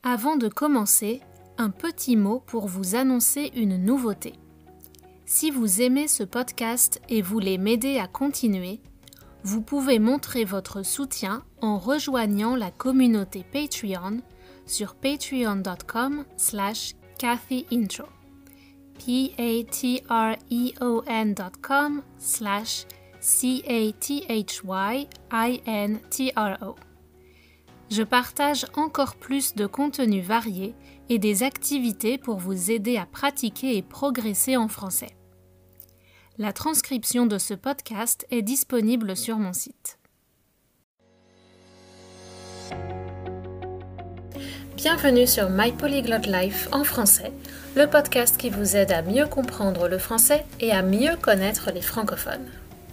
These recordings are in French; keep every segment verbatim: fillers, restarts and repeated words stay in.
Avant de commencer, un petit mot pour vous annoncer une nouveauté. Si vous aimez ce podcast et voulez m'aider à continuer, vous pouvez montrer votre soutien en rejoignant la communauté Patreon sur patreon.com slash cathyintro. P-A-T-R-E-O-N.com slash C-A-T-H-Y-I-N-T-R-O. Je partage encore plus de contenus variés et des activités pour vous aider à pratiquer et progresser en français. La transcription de ce podcast est disponible sur mon site. Bienvenue sur My Polyglot Life en français, le podcast qui vous aide à mieux comprendre le français et à mieux connaître les francophones.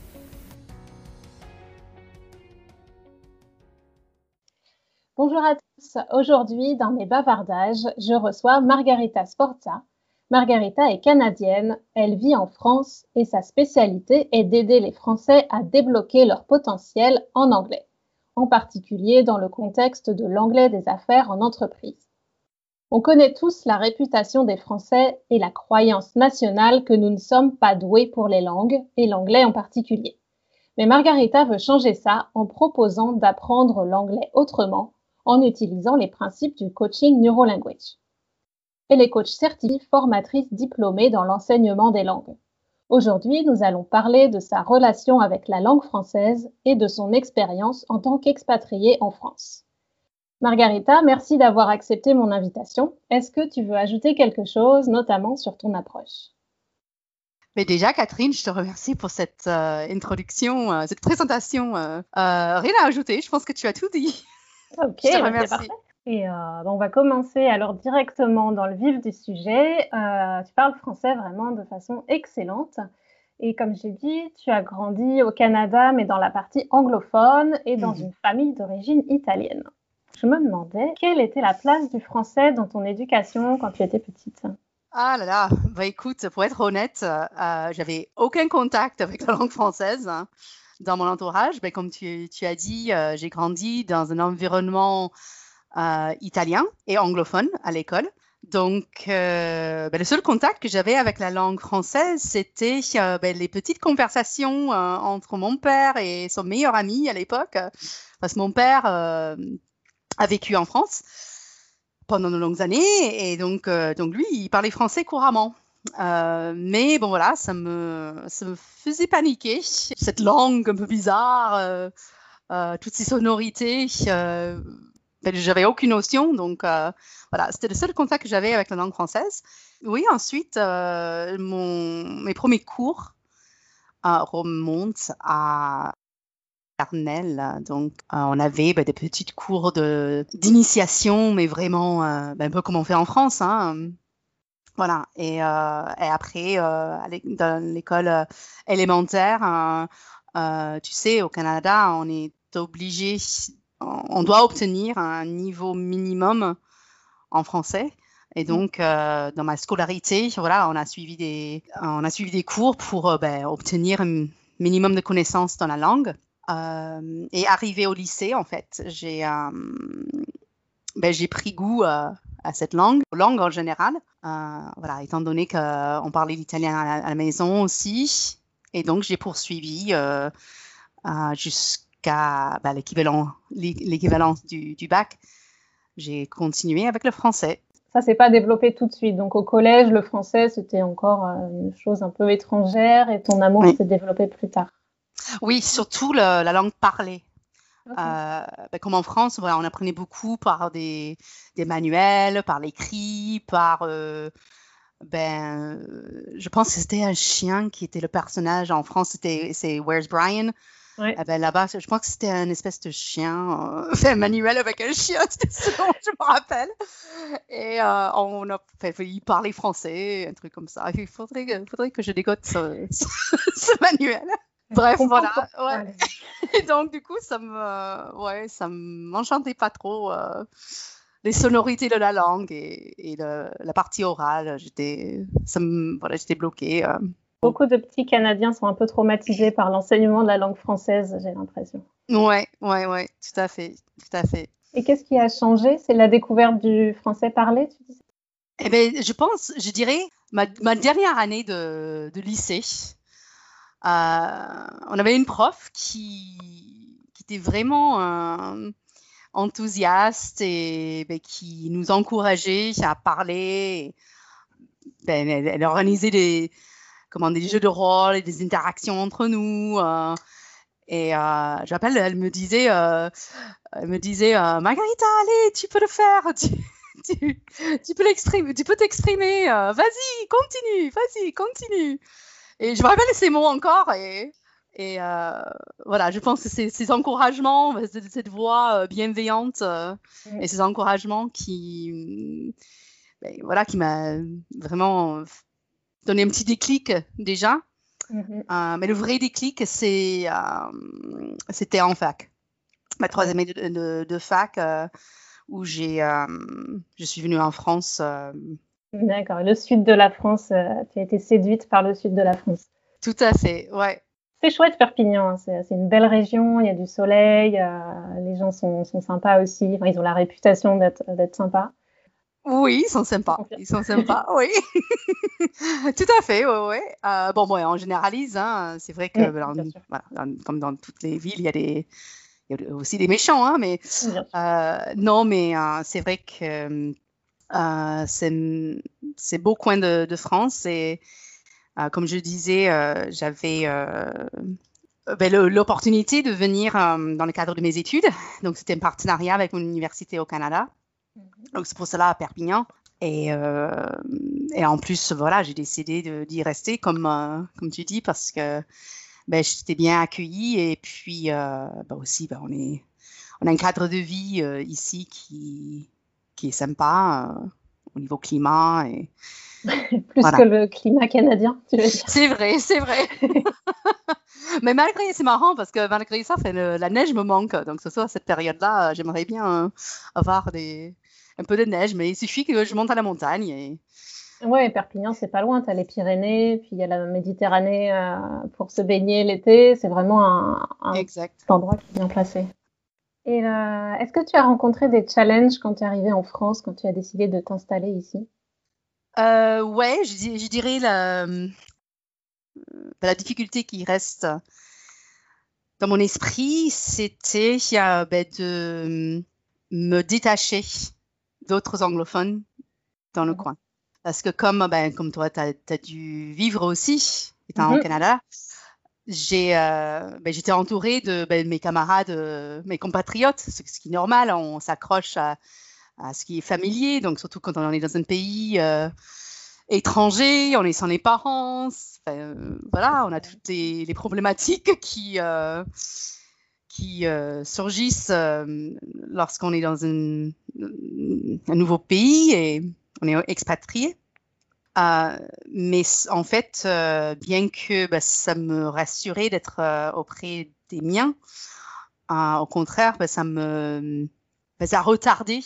Bonjour à tous. Aujourd'hui, dans mes bavardages, je reçois Margarita Sforza. Margarita est canadienne, elle vit en France et sa spécialité est d'aider les Français à débloquer leur potentiel en anglais, en particulier dans le contexte de l'anglais des affaires en entreprise. On connaît tous la réputation des Français et la croyance nationale que nous ne sommes pas doués pour les langues, et l'anglais en particulier. Mais Margarita veut changer ça en proposant d'apprendre l'anglais autrement, en utilisant les principes du coaching NeuroLanguage. Elle est coach certifiée, formatrice diplômée dans l'enseignement des langues. Aujourd'hui, nous allons parler de sa relation avec la langue française et de son expérience en tant qu'expatriée en France. Margarita, merci d'avoir accepté mon invitation. Est-ce que tu veux ajouter quelque chose, notamment sur ton approche? Mais déjà, Catherine, je te remercie pour cette euh, introduction, euh, cette présentation. Euh, euh, rien à ajouter, je pense que tu as tout dit. Ok, je te remercie. C'est parfait. Et euh, bon, on va commencer alors directement dans le vif du sujet. Euh, tu parles français vraiment de façon excellente. Et comme j'ai dit, tu as grandi au Canada, mais dans la partie anglophone et dans mmh. une famille d'origine italienne. Je me demandais quelle était la place du français dans ton éducation quand tu étais petite. Ah là là, bah écoute, pour être honnête, euh, j'avais aucun contact avec la langue française hein, dans mon entourage. Ben, comme tu, tu as dit, euh, j'ai grandi dans un environnement Euh, italien et anglophone à l'école. Donc, euh, ben, le seul contact que j'avais avec la langue française, c'était euh, ben, les petites conversations euh, entre mon père et son meilleur ami à l'époque. Parce que mon père euh, a vécu en France pendant de longues années et donc, euh, donc lui, il parlait français couramment. Euh, mais bon, voilà, ça me, ça me faisait paniquer. Cette langue un peu bizarre, euh, euh, toutes ces sonorités... Euh, J'avais aucune notion, donc euh, voilà, c'était le seul contact que j'avais avec la langue française. Oui, ensuite, euh, mon, mes premiers cours euh, remontent à maternelle. Donc, euh, on avait ben, des petits cours de, d'initiation, mais vraiment euh, ben, un peu comme on fait en France. Hein. Voilà, et, euh, et après, euh, dans l'école euh, élémentaire, euh, euh, tu sais, au Canada, on est obligé... on doit obtenir un niveau minimum en français. Et donc, euh, dans ma scolarité, voilà, on a suivi des, on a suivi des cours pour euh, ben, obtenir un minimum de connaissances dans la langue. Euh, et arrivé au lycée, en fait, j'ai, euh, ben, j'ai pris goût euh, à cette langue, langue en général. Euh, voilà, étant donné qu'on parlait l'italien à la, à la maison aussi. Et donc, j'ai poursuivi euh, euh, jusqu'à qu'à bah, l'équivalent, l'équivalence du, du bac, j'ai continué avec le français. Ça s'est pas développé tout de suite. Donc au collège, le français, c'était encore une chose un peu étrangère et ton amour oui. s'est développé plus tard. Oui, surtout le, la langue parlée. Okay. Euh, bah, comme en France, voilà, on apprenait beaucoup par des, des manuels, par l'écrit, par... Euh, ben, je pense que c'était un chien qui était le personnage. En France, c'était, c'est Where's Brian? Ouais. Eh ben, là-bas, je pense que c'était un espèce de chien, euh, fait un manuel avec un chien, c'est ce dont je me rappelle. Et euh, on a fait, il parlait français, un truc comme ça. Il faudrait, faudrait que je dégote ce, ce, ce manuel. Bref, voilà. Ouais. Ouais. Et donc, du coup, ça me, ouais, ça m'enchantait pas trop. Euh, les sonorités de la langue et, et le, la partie orale, j'étais, ça me, voilà, j'étais bloquée. Euh. Beaucoup de petits Canadiens sont un peu traumatisés par l'enseignement de la langue française, j'ai l'impression. Ouais, ouais, ouais, tout à fait, tout à fait. Et qu'est-ce qui a changé? C'est la découverte du français parlé, tu disais? Eh ben, je pense, je dirais, ma, ma dernière année de, de lycée, euh, on avait une prof qui, qui était vraiment euh, enthousiaste et ben, qui nous encourageait à parler. Ben, elle, elle organisait des, comment, des jeux de rôle et des interactions entre nous. Euh, et euh, j'appelle, elle me disait, euh, elle me disait, euh, Margarita, allez, tu peux le faire. Tu, tu, tu peux l'exprimer, tu peux t'exprimer. Euh, vas-y, continue, vas-y, continue. Et je me rappelle ces mots encore. Et, et euh, voilà, je pense que c'est ces encouragements, cette voix bienveillante euh, Mm. et ces encouragements qui, ben, voilà, qui m'a vraiment donné un petit déclic déjà. Mhm. Euh, mais le vrai déclic, c'est, euh, c'était en fac. Ma troisième année de, de, de fac, euh, où j'ai, euh, je suis venue en France. Euh... D'accord. Le sud de la France, euh, tu as été séduite par le sud de la France. Tout à fait, ouais. C'est chouette Perpignan, hein. c'est, c'est une belle région, il y a du soleil, euh, les gens sont, sont sympas aussi, enfin, ils ont la réputation d'être, d'être sympas. Oui, ils sont sympas, ils sont sympas, oui. Tout à fait, oui, oui. Euh, bon, bon, on généralise, hein. C'est vrai que, Mmh, dans, bien sûr. voilà, dans, comme dans toutes les villes, il y a des, il y a aussi des méchants, hein, mais euh, non, mais euh, c'est vrai que euh, c'est, c'est beau coin de, de France et euh, comme je disais, euh, j'avais euh, ben, le, l'opportunité de venir euh, dans le cadre de mes études. Donc, c'était un partenariat avec mon université au Canada. Mm-hmm. Donc, c'est pour cela à Perpignan. Et, euh, et en plus, voilà, j'ai décidé de, d'y rester, comme, euh, comme tu dis, parce que ben, j'étais bien accueillie. Et puis, euh, ben aussi, ben, on, est, on a un cadre de vie euh, ici qui, qui est sympa euh, au niveau climat. Et, Plus voilà. que le climat canadien, tu veux dire. C'est vrai, c'est vrai. Mais malgré, c'est marrant parce que malgré ça, fait, le, la neige me manque. Donc, ce soit à cette période-là, j'aimerais bien euh, avoir des, un peu de neige, mais il suffit que je monte à la montagne. Et... Ouais, Perpignan, c'est pas loin. Tu as les Pyrénées, puis il y a la Méditerranée euh, pour se baigner l'été. C'est vraiment un, un exact. endroit qui est bien placé. Et euh, est-ce que tu as rencontré des challenges quand tu es arrivée en France, quand tu as décidé de t'installer ici? euh, Ouais, je, je dirais la, la difficulté qui reste dans mon esprit, c'était euh, ben, de me détacher d'autres anglophones dans le mmh. coin. Parce que comme, ben, comme toi, tu as dû vivre aussi, étant mmh. au Canada, j'ai, euh, ben, j'étais entourée de ben, mes camarades, euh, mes compatriotes, ce, ce qui est normal, on s'accroche à, à ce qui est familier, donc surtout quand on est dans un pays euh, étranger, on est sans les parents, euh, voilà, on a toutes les, les problématiques qui, euh, qui euh, surgissent euh, lorsqu'on est dans un, un nouveau pays et on est expatrié. Euh, mais en fait, euh, bien que bah, ça me rassurait d'être euh, auprès des miens, euh, au contraire, bah, ça me bah, ça a retardé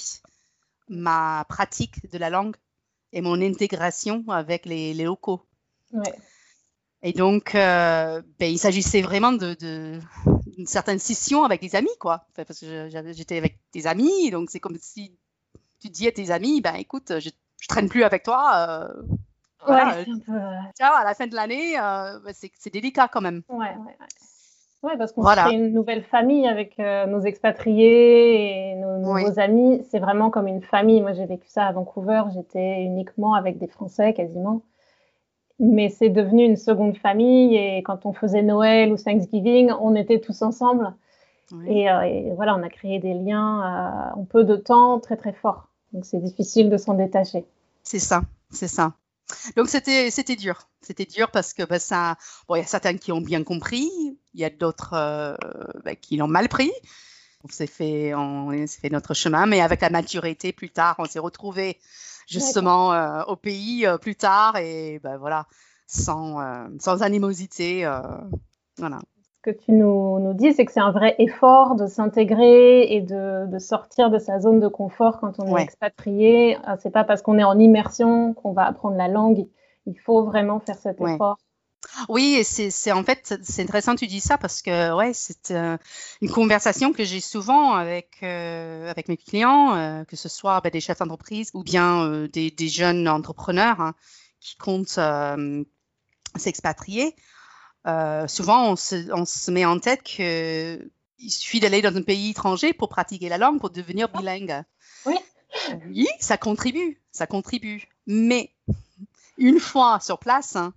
ma pratique de la langue et mon intégration avec les, les locaux. Ouais. Et donc, euh, ben, il s'agissait vraiment de, de, d'une certaine scission avec des amis, quoi. Enfin, parce que je, j'étais avec des amis, donc c'est comme si tu dis à tes amis, ben écoute, je, je traîne plus avec toi. Euh, voilà. Ouais, c'est un peu... Tu vois, à la fin de l'année, euh, ben, c'est, c'est délicat quand même. Ouais, ouais, ouais. Ouais, parce qu'on voilà. crée une nouvelle famille avec euh, nos expatriés et nos nouveaux oui. amis. C'est vraiment comme une famille. Moi, j'ai vécu ça à Vancouver. J'étais uniquement avec des Français, quasiment. Mais c'est devenu une seconde famille. Et quand on faisait Noël ou Thanksgiving, on était tous ensemble. Oui. Et, euh, et voilà, on a créé des liens euh, en peu de temps très, très forts. Donc, c'est difficile de s'en détacher. C'est ça, c'est ça. Donc, c'était, c'était dur. C'était dur parce que bah, ça, bon, il y a certains qui ont bien compris, il y a d'autres euh, bah, qui l'ont mal pris. On s'est fait, on, on s'est fait notre chemin, mais avec la maturité, plus tard, on s'est retrouvés justement euh, au pays euh, plus tard et bah, voilà, sans, euh, sans animosité. Euh, voilà. Ce que tu nous, nous dis, c'est que c'est un vrai effort de s'intégrer et de, de sortir de sa zone de confort quand on ouais. est expatrié. C'est pas parce qu'on est en immersion qu'on va apprendre la langue. Il faut vraiment faire cet ouais. effort. Oui, et c'est, c'est en fait, c'est intéressant que tu dis ça parce que ouais, c'est euh, une conversation que j'ai souvent avec euh, avec mes clients, euh, que ce soit ben, des chefs d'entreprise ou bien euh, des, des jeunes entrepreneurs hein, qui comptent euh, s'expatrier. Euh, souvent, on se, on se met en tête que il suffit d'aller dans un pays étranger pour pratiquer la langue, pour devenir bilingue. Oui. Oui, ça contribue, ça contribue. Mais une fois sur place, hein,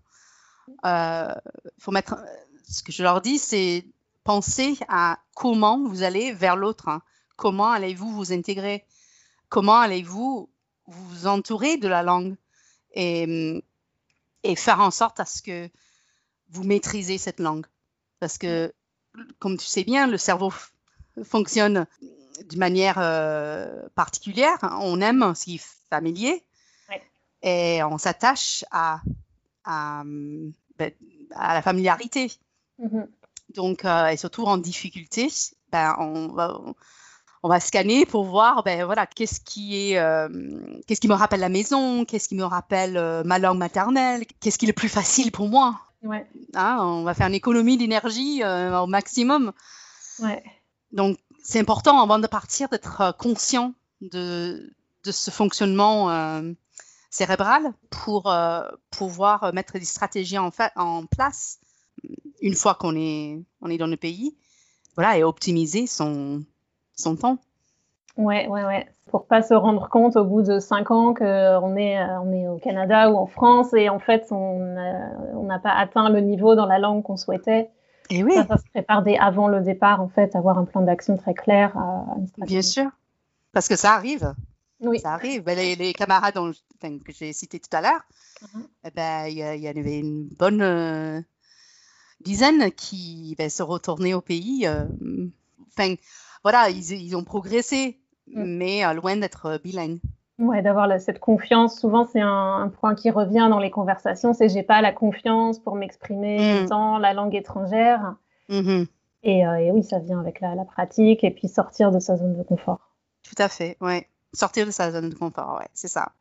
euh, faut mettre. Ce que je leur dis, c'est penser à comment vous allez vers l'autre. Hein. Comment allez-vous vous intégrer? Comment allez-vous vous entourer de la langue et, et faire en sorte à ce que vous maîtrisez cette langue. Parce que, comme tu sais bien, le cerveau f- fonctionne d'une manière euh, particulière. On aime ce qui est familier Ouais. et on s'attache à, à, ben, à la familiarité. Mhm. Donc, euh, et surtout en difficulté, ben, on va, on va scanner pour voir, ben voilà, qu'est-ce qui est, euh, qu'est-ce qui me rappelle la maison, qu'est-ce qui me rappelle euh, ma langue maternelle, qu'est-ce qui est le plus facile pour moi. Ouais. Hein, on va faire une économie d'énergie euh, au maximum. Ouais. Donc, c'est important avant de partir d'être conscient de, de ce fonctionnement euh, cérébral pour euh, pouvoir mettre des stratégies en, fa- en place une fois qu'on est, on est dans le pays, voilà, et optimiser son, son temps. Ouais, ouais, ouais. Pour pas se rendre compte au bout de cinq ans qu'on est, euh, on est au Canada ou en France et en fait on n'a on n'a pas atteint le niveau dans la langue qu'on souhaitait. Et oui, Ça, ça se prépare dès avant le départ en fait, avoir un plan d'action très clair, euh, une bien stratégie. sûr, parce que ça arrive. Oui. Ça arrive. Ben, les, les camarades dont, enfin, que j'ai cités tout à l'heure, Mhm. eh ben, il y, a- il y en avait une bonne euh, dizaine qui ben, se retournaient au pays. euh, Enfin, voilà, ils, ils ont progressé, Mm. mais euh, loin d'être bilingues. Ouais, d'avoir la- cette confiance. Souvent, c'est un, un point qui revient dans les conversations, c'est j'ai pas la confiance pour m'exprimer Mm, dans la langue étrangère. mhm, Et, euh, et oui, ça vient avec la, la pratique et puis sortir de sa zone de confort. tout à fait, ouais. Sortir de sa zone de confort, ouais, c'est ça.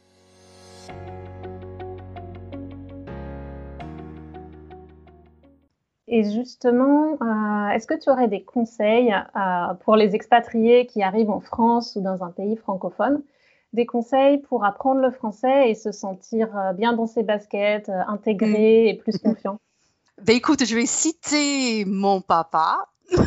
Et justement, euh, est-ce que tu aurais des conseils euh, pour les expatriés qui arrivent en France ou dans un pays francophone, des conseils pour apprendre le français et se sentir euh, bien dans ses baskets, euh, Mm. intégré et plus confiant? Ben écoute, je vais citer mon papa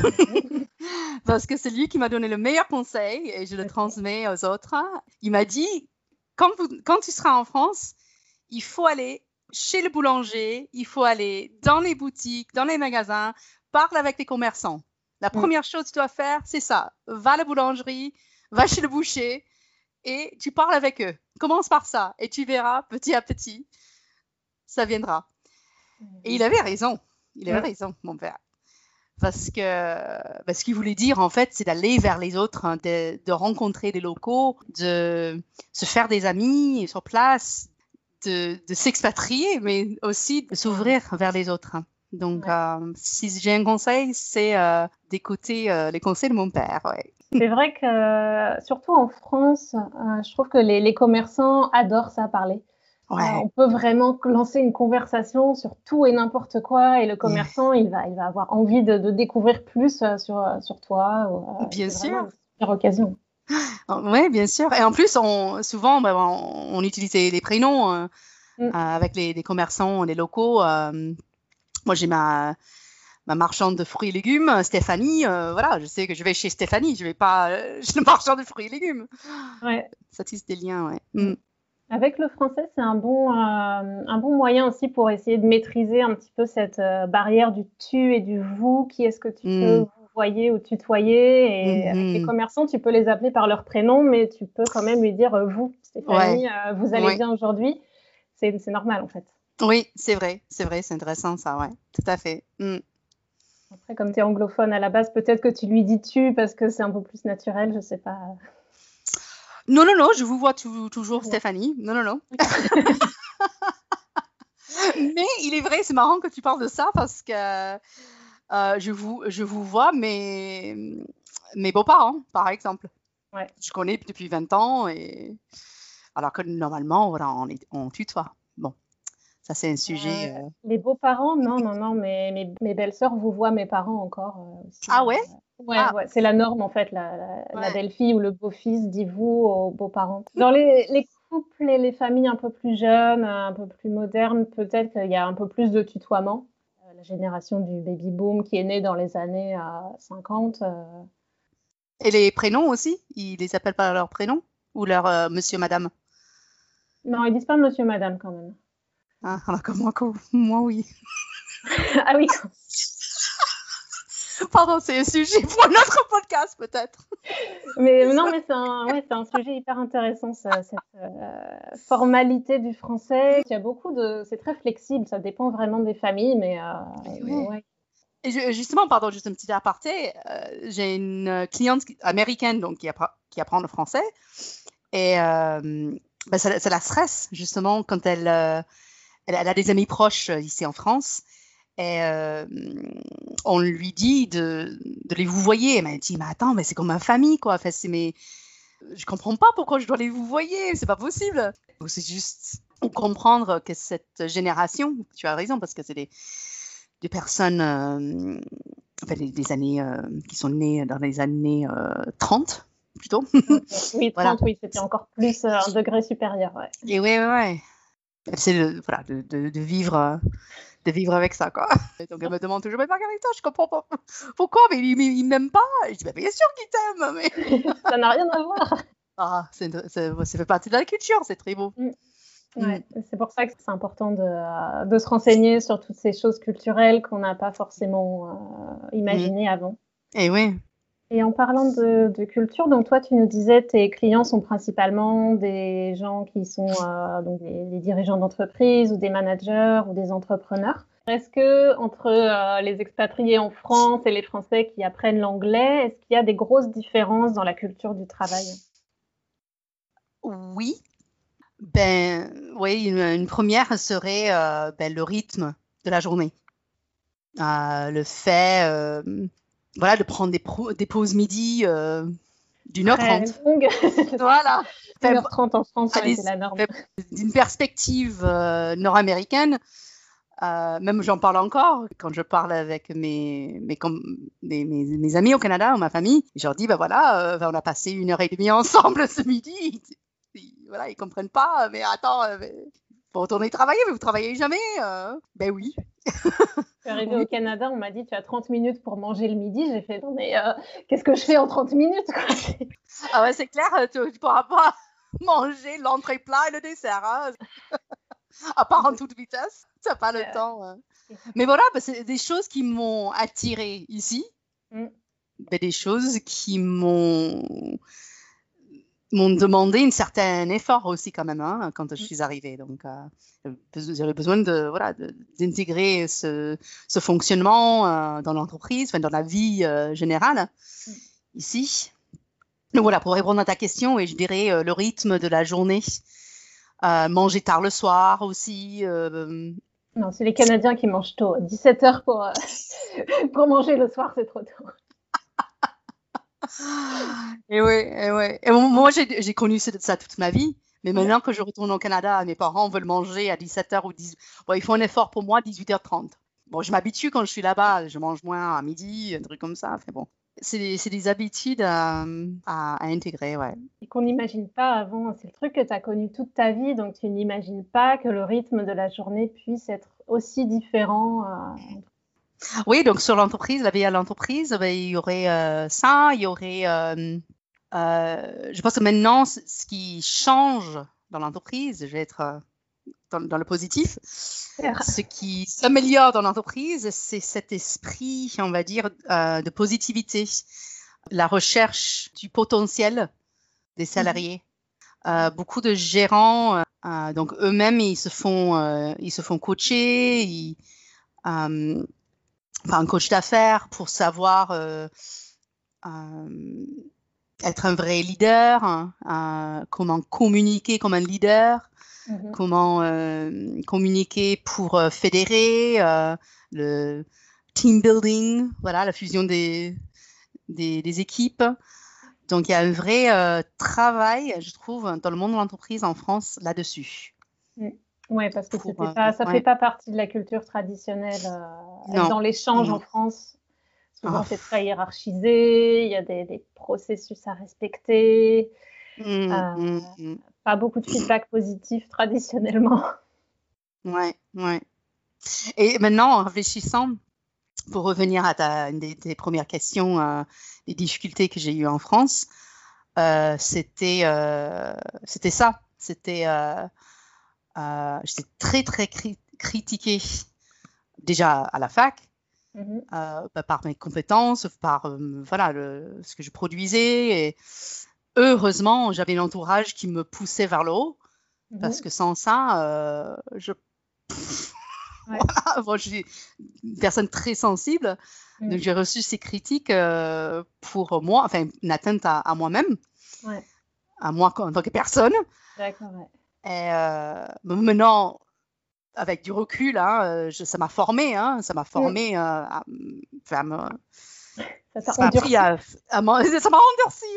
parce que c'est lui qui m'a donné le meilleur conseil et je le Ok. transmets aux autres. Il m'a dit, quand, vous, quand tu seras en France, il faut aller chez le boulanger, il faut aller dans les boutiques, dans les magasins, parle avec les commerçants. La Mm. première chose que tu dois faire, c'est ça. Va à la boulangerie, va chez le boucher et tu parles avec eux. Commence par ça et tu verras, petit à petit, ça viendra. Et il avait raison. Il avait Mm. raison, mon père. Parce que ben, ce qu'il voulait dire, en fait, c'est d'aller vers les autres, hein, de, de rencontrer des locaux, de se faire des amis sur place, de, de s'expatrier, mais aussi de s'ouvrir vers les autres. Hein. Donc, Ouais. euh, si j'ai un conseil, c'est euh, d'écouter euh, les conseils de mon père. Ouais. C'est vrai que, euh, surtout en France, euh, je trouve que les, les commerçants adorent ça, parler. Euh, Ouais. on peut vraiment lancer une conversation sur tout et n'importe quoi et le Yeah. commerçant, il va, il va avoir envie de, de découvrir plus euh, sur, euh, sur toi. Euh, Bien c'est vraiment sûr. une super occasion. Oui, bien sûr. Et en plus, on, souvent, ben, on, on utilise les, les prénoms euh, Mm. avec les, les commerçants, les locaux. Euh, moi, j'ai ma, ma marchande de fruits et légumes, Stéphanie. Euh, voilà, je sais que je vais chez Stéphanie. Je vais pas euh, chez le marchand de fruits et légumes. Ouais. Ça tisse des liens, ouais. Mm. Mm. Avec le français, c'est un bon, euh, un bon moyen aussi pour essayer de maîtriser un petit peu cette euh, barrière du tu et du vous. Qui est-ce que tu peux Mm. vous voyer ou tutoyer? Et avec les Mhm. commerçants, tu peux les appeler par leur prénom, mais tu peux quand même lui dire euh, vous, Ouais, Stéphanie, euh, vous allez ouais. bien aujourd'hui. C'est, c'est normal en fait. Oui, c'est vrai, c'est vrai, c'est intéressant ça, ouais, tout à fait. Mm. Après, comme tu es anglophone à la base, peut-être que tu lui dis tu parce que c'est un peu plus naturel, je sais pas. Non, non, non, je vous vois tou- toujours Ouais. Stéphanie. Non, non, non. Mais il est vrai, c'est marrant que tu parles de ça parce que euh, je vous, je vous vois mes, mes beaux-parents, par exemple. Ouais. Je connais depuis vingt ans et alors que normalement, voilà, on, est, on tutoie. Bon, Ça, c'est un sujet. Euh, euh, les beaux-parents, non, non, non, mais mes, mes belles-sœurs vous voient mes parents encore euh, aussi. Ah ouais? euh. Ouais, Ah, ouais, c'est la norme en fait. La, la, la ouais. belle-fille ou le beau-fils dit vous aux beaux-parents. Dans les, les couples et les familles un peu plus jeunes, un peu plus modernes, peut-être qu'il y a un peu plus de tutoiement. Euh, la génération du baby-boom qui est née dans les années euh, cinquante. euh, Et les prénoms aussi? Ils les appellent pas leur prénom? Ou leur euh, monsieur, madame? Non, ils disent pas monsieur, madame quand même. Ah, alors que moi, que- moi, oui. Ah oui, quand- Pardon, c'est un sujet pour un autre podcast, peut-être. mais non, mais c'est un, ouais, c'est un sujet hyper intéressant, ça, cette euh, formalité du français. Il y a beaucoup de, c'est très flexible, ça dépend vraiment des familles, mais, euh, Oui, mais oui. ouais. Et je- justement, pardon, juste un petit aparté. euh, j'ai une cliente qui- américaine donc, qui, appre- qui apprend le français. Et euh, ben, ça, ça la stresse, justement, quand elle, euh, elle, elle a des amis proches euh, ici en France. Et euh, on lui dit de, de les vouvoyer. Elle m'a dit, mais attends, mais c'est comme ma famille, quoi. Enfin, c'est mes... Je comprends pas pourquoi je dois les vouvoyer, c'est pas possible. Donc, c'est juste pour comprendre que cette génération, tu as raison, parce que c'est des, des personnes, euh, enfin, des, des années euh, qui sont nées dans les années euh, trente, plutôt. Ok. Oui, Voilà. trente, oui, c'était encore plus euh, un degré supérieur, ouais. Et ouais, ouais, ouais. C'est de, voilà, de, de, de vivre, euh, de vivre avec ça, quoi. Et donc elle me demande toujours, mais Margarita, je comprends pas. Pourquoi? Mais il, il, il m'aime pas. Et je dis, bah, bien sûr qu'il t'aime. Mais... Ça n'a rien à voir. Ah, c'est, c'est, ça fait partie de la culture, c'est très beau. Mm. Mm. Ouais, c'est pour ça que c'est important de, euh, de se renseigner sur toutes ces choses culturelles qu'on n'a pas forcément euh, imaginées avant. Et oui. Et en parlant de, de culture, donc toi, tu nous disais tes clients sont principalement des gens qui sont euh, donc des, des dirigeants d'entreprise ou des managers ou des entrepreneurs. Est-ce que entre euh, les expatriés en France et les Français qui apprennent l'anglais, est-ce qu'il y a des grosses différences dans la culture du travail? Oui. Ben, oui, une, une première serait euh, ben, le rythme de la journée. Euh, le fait euh, voilà, de prendre des, pro- des pauses midi euh, d'une heure Très trente. longue. Voilà. Enfin, une heure trente en France, ouais, allez, c'est la norme. enfin, d'une perspective euh, nord-américaine, euh, même j'en parle encore quand je parle avec mes, mes, com- mes, mes, mes amis au Canada ou ma famille. Je leur dis, ben voilà, euh, on a passé une heure et demie ensemble ce midi. Ils, ils- voilà, ils comprennent pas, mais attends, euh, mais, faut retourner travailler, mais vous travaillez jamais euh. Ben oui. Je suis arrivée Oui. au Canada, on m'a dit tu as trente minutes pour manger le midi. J'ai fait non mais euh, qu'est-ce que je fais en trente minutes quoi. Ah ouais, c'est clair, tu ne pourras pas manger l'entrée plat et le dessert, hein. À part en toute vitesse, tu n'as pas le Euh, temps. hein. Mais voilà, bah, c'est des choses qui m'ont attirée ici, mm, bah, des choses qui m'ont m'ont demandé un certain effort aussi quand même hein, quand je mm. suis arrivée. Donc, euh, j'avais besoin de voilà de- d'intégrer ce, ce fonctionnement euh, dans l'entreprise, enfin dans la vie euh, générale Mm. ici. Donc voilà, pour répondre à ta question, et je dirais euh, le rythme de la journée, euh, manger tard le soir aussi. euh, Non, c'est les Canadiens qui mangent tôt. dix-sept heures pour, euh, pour manger le soir, c'est trop tôt. Et ouais, et ouais. Et moi, moi, j'ai j'ai connu ça ça toute ma vie. Mais Ouais. maintenant que je retourne au Canada, mes parents veulent manger à dix-sept heures ou dix. Bon, ils font un effort pour moi, dix-huit heures trente. Bon, je m'habitue quand je suis là-bas. Je mange moins à midi, un truc comme ça. Fait bon. C'est des, c'est des habitudes à, à, à intégrer, ouais. Et qu'on n'imagine pas avant. C'est le truc que tu as connu toute ta vie, donc tu n'imagines pas que le rythme de la journée puisse être aussi différent. euh, Oui, donc sur l'entreprise, la vie à l'entreprise, ben, il y aurait euh, ça, il y aurait. euh, euh, je pense que maintenant, ce ce qui change dans l'entreprise, je vais être euh, dans, dans le positif, ce qui s'améliore dans l'entreprise, c'est cet esprit, on va dire, euh, de positivité, la recherche du potentiel des salariés. Euh, beaucoup de gérants, euh, euh, donc eux-mêmes, ils se font, euh, ils se font coacher, ils, euh, par un coach d'affaires pour savoir euh, euh, être un vrai leader, hein, euh, comment communiquer comme un leader, Mhm. comment euh, communiquer pour euh, fédérer, euh, le team building, voilà, la fusion des, des, des équipes. Donc, il y a un vrai euh, travail, je trouve, dans le monde de l'entreprise en France là-dessus. Mm. Ouais, parce que pour, c'était euh, pas, ça fait ouais. pas partie de la culture traditionnelle. euh, être Non, dans l'échange en non. France, souvent Ah, c'est très hiérarchisé, il y a des, des processus à respecter, mm, euh, mm, mm. pas beaucoup de feedback positif traditionnellement. Ouais, ouais. Et maintenant, en réfléchissant, pour revenir à ta, une des, des premières questions, euh, les difficultés que j'ai eues en France, euh, c'était, euh, c'était ça. C'était, euh, euh, j'étais très, très cri- critiquée déjà à la fac, Mhm, euh, bah, par mes compétences, par euh, voilà, le, ce que je produisais. Et heureusement, j'avais l'entourage qui me poussait vers le haut, parce mhm, que sans ça, euh, je, ouais, bon, je suis une personne très sensible. mm, Donc, j'ai reçu ces critiques euh, pour moi, enfin, une atteinte à, à moi-même, ouais, à moi en tant que personne. d'accord, ouais. Et euh, maintenant, avec du recul, hein, euh, je, ça m'a formé, hein, ça m'a Mm, formé, euh, à, enfin, me- ça t'a ça m'a appris endurci. à, à m'en- ça m'a endurci,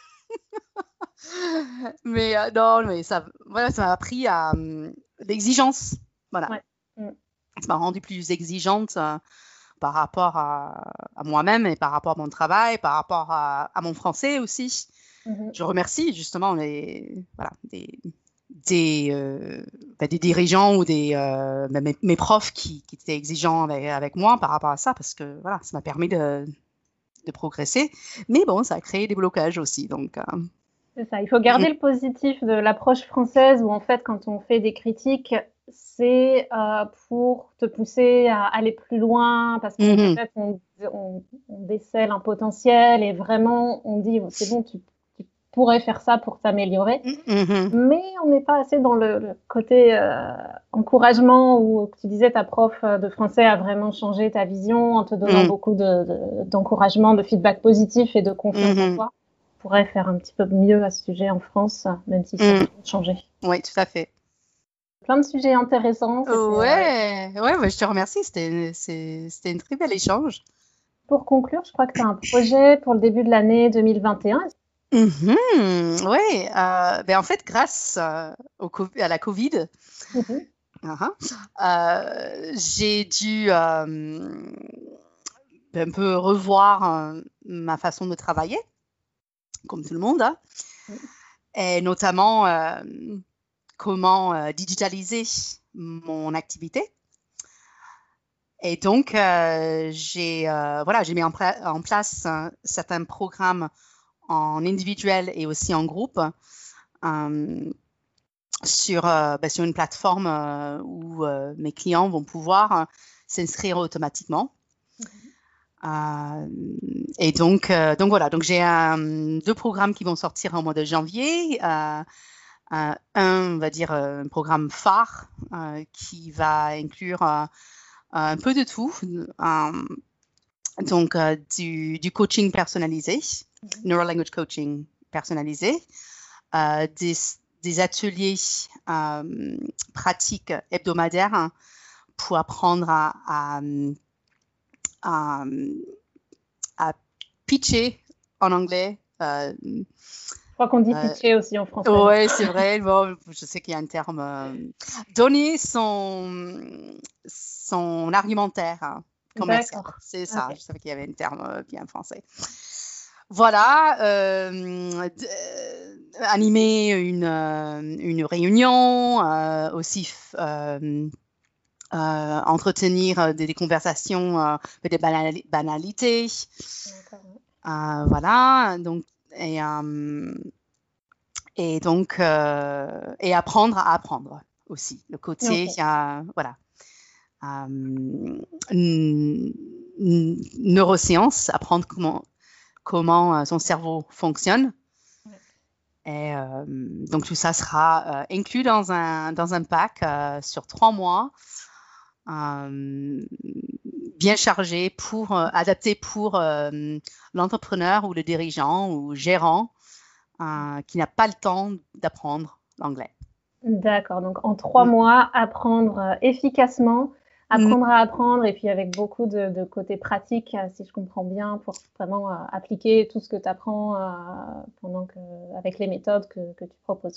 oui. Mais euh, non, mais ça, voilà, ça m'a appris à euh, l'exigence, voilà. Ouais, mm, Ça m'a rendue plus exigeante euh, par rapport à, à moi-même et par rapport à mon travail, par rapport à, à mon français aussi. mhm, Je remercie justement les, voilà, des, des, euh, bah, des dirigeants ou des, euh, bah, mes, mes profs qui, qui étaient exigeants avec, avec moi par rapport à ça, parce que voilà, ça m'a permis de, de progresser. Mais bon, ça a créé des blocages aussi. Donc, euh, c'est ça. Il faut mm, garder le positif de l'approche française où en fait, quand on fait des critiques, c'est euh, pour te pousser à aller plus loin parce qu'en mhm, fait, on, on, on décèle un potentiel et vraiment, on dit, c'est bon, tu, tu pourrais faire ça pour t'améliorer. mhm, Mais on n'est pas assez dans le, le côté euh, encouragement où tu disais ta prof de français a vraiment changé ta vision en te donnant mhm, beaucoup de, de, d'encouragement, de feedback positif et de confiance en mhm, toi. On pourrait faire un petit peu mieux à ce sujet en France, même si ça a mhm. changé. Oui, tout à fait. Plein de sujets intéressants. C'était euh, Ouais, ouais, ouais, je te remercie. C'était, c'est- c'était un très bel échange. pour conclure, je crois que tu as un projet pour le début de l'année deux mille vingt et un. Mhm, ouais, euh, ben en fait, grâce euh, au, co- à la Covid, Mhm. uh-huh, euh, j'ai dû euh, un peu revoir euh, ma façon de travailler, comme tout le monde, hein, et notamment euh, comment euh, digitaliser mon activité. Et donc, euh, j'ai euh, voilà, j'ai mis en, pla- en place euh, certains programmes en individuel et aussi en groupe euh, sur, euh, bah, sur une plateforme euh, où euh, mes clients vont pouvoir euh, s'inscrire automatiquement. Euh, et donc, euh, donc voilà, donc j'ai euh, deux programmes qui vont sortir au mois de janvier. Euh, euh, un, on va dire, euh, un programme phare euh, qui va inclure euh, un peu de tout. Euh, donc, euh, du, du coaching personnalisé, Neuro Language Coaching personnalisé, euh, des, des ateliers euh, pratiques hebdomadaires hein, pour apprendre à, à, à, à pitcher en anglais. Euh, Je crois qu'on dit euh, pitcher aussi en français. Non, ouais, c'est vrai. Bon, je sais qu'il y a un terme. Euh, donner son, son argumentaire hein, commercial. d'accord. C'est ça. Ok. Je savais qu'il y avait un terme euh, bien français. Voilà, euh, d- euh, animer une, euh, une réunion, euh, aussi euh, euh, entretenir des, des conversations, euh, des banali- banalités. D'accord. Ouais. Euh, voilà, donc, et, euh, et donc, euh, et apprendre à apprendre aussi. Le côté, Ok. euh, voilà, euh, n- n- neurosciences, apprendre comment, comment euh, son cerveau fonctionne. Ouais. Et euh, donc tout ça sera euh, inclus dans un, dans un pack euh, sur trois mois, euh, bien chargé, pour, euh, adapté pour euh, l'entrepreneur ou le dirigeant ou gérant euh, qui n'a pas le temps d'apprendre l'anglais. D'accord, donc en trois Mm. mois, apprendre euh, efficacement, Mm. apprendre à apprendre et puis avec beaucoup de, de côté pratique, euh, si je comprends bien, pour vraiment euh, appliquer tout ce que tu apprends euh, pendant que, avec les méthodes que, que tu proposes. Quoi.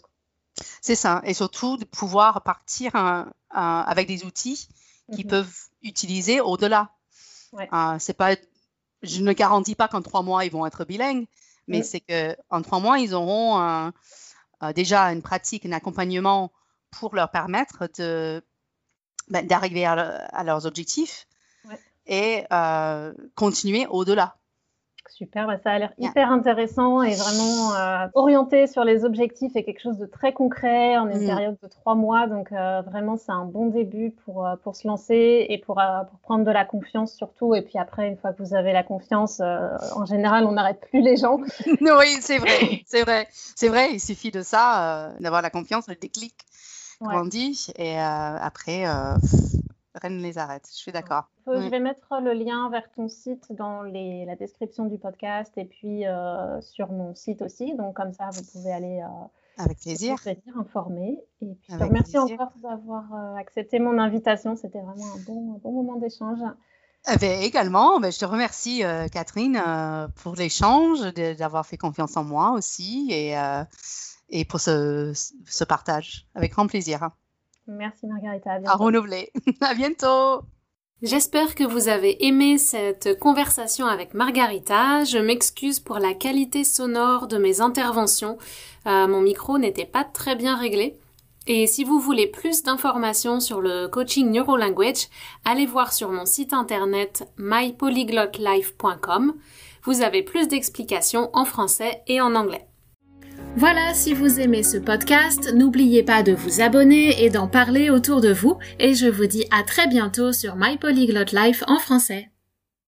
C'est ça. Et surtout, de pouvoir partir hein, euh, avec des outils qu'ils mm-hmm. peuvent utiliser au-delà. Ouais. Euh, c'est pas, je ne garantis pas qu'en trois mois, ils vont être bilingues, mais mm. c'est qu'en trois mois, ils auront euh, euh, déjà une pratique, un accompagnement pour leur permettre de, ben, d'arriver à, à leurs objectifs ouais. et euh, continuer au-delà. Super, bah ça a l'air hyper yeah. intéressant et vraiment euh, orienté sur les objectifs et quelque chose de très concret en une mmh. période de trois mois. Donc euh, vraiment, c'est un bon début pour, euh, pour se lancer et pour, euh, pour prendre de la confiance surtout. Et puis après, une fois que vous avez la confiance, euh, en général, on n'arrête plus les gens. Oui, c'est vrai, c'est vrai. C'est vrai, il suffit de ça, euh, d'avoir la confiance, le déclic, comme ouais. on dit. Et euh, après... Euh, rien ne les arrête, je suis d'accord. Je oui. vais mettre le lien vers ton site dans les, la description du podcast et puis euh, sur mon site aussi. Donc, comme ça, vous pouvez aller euh, avec plaisir. venir informer. Et puis, je te remercie plaisir. encore d'avoir euh, accepté mon invitation. C'était vraiment un bon, un bon moment d'échange. Eh bien, également, ben, je te remercie, euh, Catherine, euh, pour l'échange, de, d'avoir fait confiance en moi aussi et, euh, et pour ce, ce partage. Avec grand plaisir. Merci Margarita, à bientôt. À renouveler. À bientôt. J'espère que vous avez aimé cette conversation avec Margarita. Je m'excuse pour la qualité sonore de mes interventions. Euh, mon micro n'était pas très bien réglé. Et si vous voulez plus d'informations sur le coaching NeuroLanguage, allez voir sur mon site internet my polyglot life point com. Vous avez plus d'explications en français et en anglais. Voilà, si vous aimez ce podcast, n'oubliez pas de vous abonner et d'en parler autour de vous et je vous dis à très bientôt sur My Polyglot Life en français.